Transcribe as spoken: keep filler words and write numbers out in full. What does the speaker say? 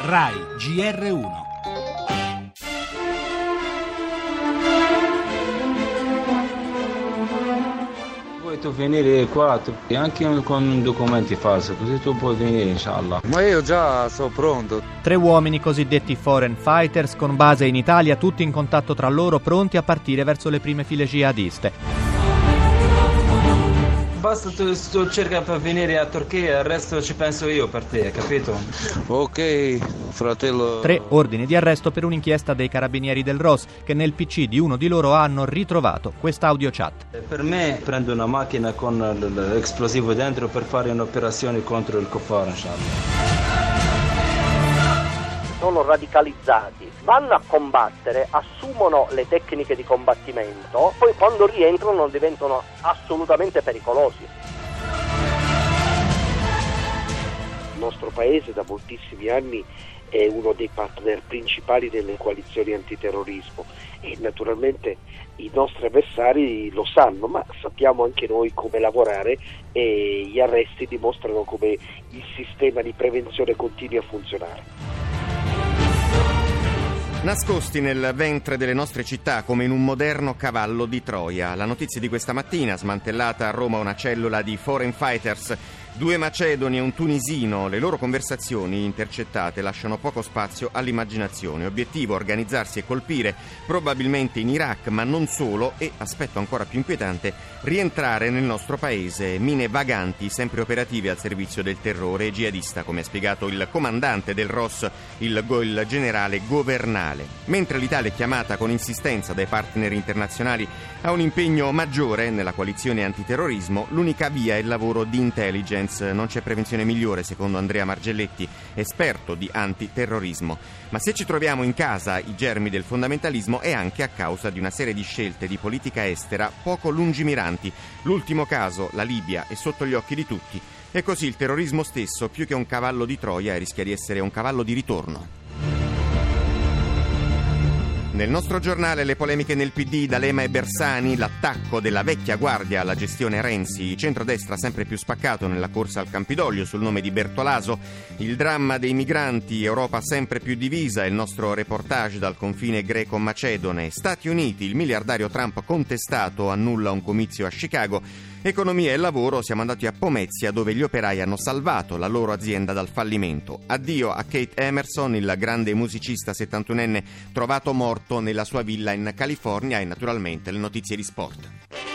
Rai G R uno. Puoi tu venire qua tu, anche con documenti falsi, così tu puoi venire, inshallah. Ma io già sono pronto. Tre uomini cosiddetti foreign fighters con base in Italia, tutti in contatto tra loro, pronti a partire verso le prime file jihadiste. Basta tu, tu cerca per venire a Turchia, il resto ci penso io per te, capito? Ok, fratello. Tre ordini di arresto per un'inchiesta dei carabinieri del R O S, che nel P C di uno di loro hanno ritrovato quest'audio chat. Per me prendo una macchina con l'esplosivo dentro per fare un'operazione contro il Kuffar, inshallah. Sono radicalizzati, vanno a combattere, assumono le tecniche di combattimento, poi quando rientrano diventano assolutamente pericolosi. Il nostro paese da moltissimi anni è uno dei partner principali delle coalizioni antiterrorismo e naturalmente i nostri avversari lo sanno, ma sappiamo anche noi come lavorare e gli arresti dimostrano come il sistema di prevenzione continui a funzionare. Nascosti nel ventre delle nostre città come in un moderno cavallo di Troia. La notizia di questa mattina: smantellata a Roma una cellula di foreign fighters, due macedoni e un tunisino. Le loro conversazioni intercettate lasciano poco spazio all'immaginazione. Obiettivo: organizzarsi e colpire, probabilmente in Iraq, ma non solo, e, aspetto ancora più inquietante, rientrare nel nostro paese. Mine vaganti, sempre operative al servizio del terrore jihadista, come ha spiegato il comandante del R O S, il, il generale Governale. Mentre l'Italia è chiamata con insistenza dai partner internazionali a un impegno maggiore nella coalizione antiterrorismo, l'unica via è il lavoro di intelligence. Non c'è prevenzione migliore, secondo Andrea Margelletti, esperto di antiterrorismo. Ma se ci troviamo in casa i germi del fondamentalismo è anche a causa di una serie di scelte di politica estera poco lungimiranti. L'ultimo caso, la Libia, è sotto gli occhi di tutti. E così il terrorismo stesso, più che un cavallo di Troia, rischia di essere un cavallo di ritorno. Nel nostro giornale le polemiche nel P D, D'Alema e Bersani, l'attacco della vecchia guardia alla gestione Renzi, il centrodestra sempre più spaccato nella corsa al Campidoglio sul nome di Bertolaso, il dramma dei migranti, Europa sempre più divisa, il nostro reportage dal confine greco-macedone, Stati Uniti, il miliardario Trump contestato annulla un comizio a Chicago, economia e lavoro, siamo andati a Pomezia dove gli operai hanno salvato la loro azienda dal fallimento. Addio a Kate Emerson, il grande musicista settantunenne trovato morto nella sua villa in California, e naturalmente le notizie di sport.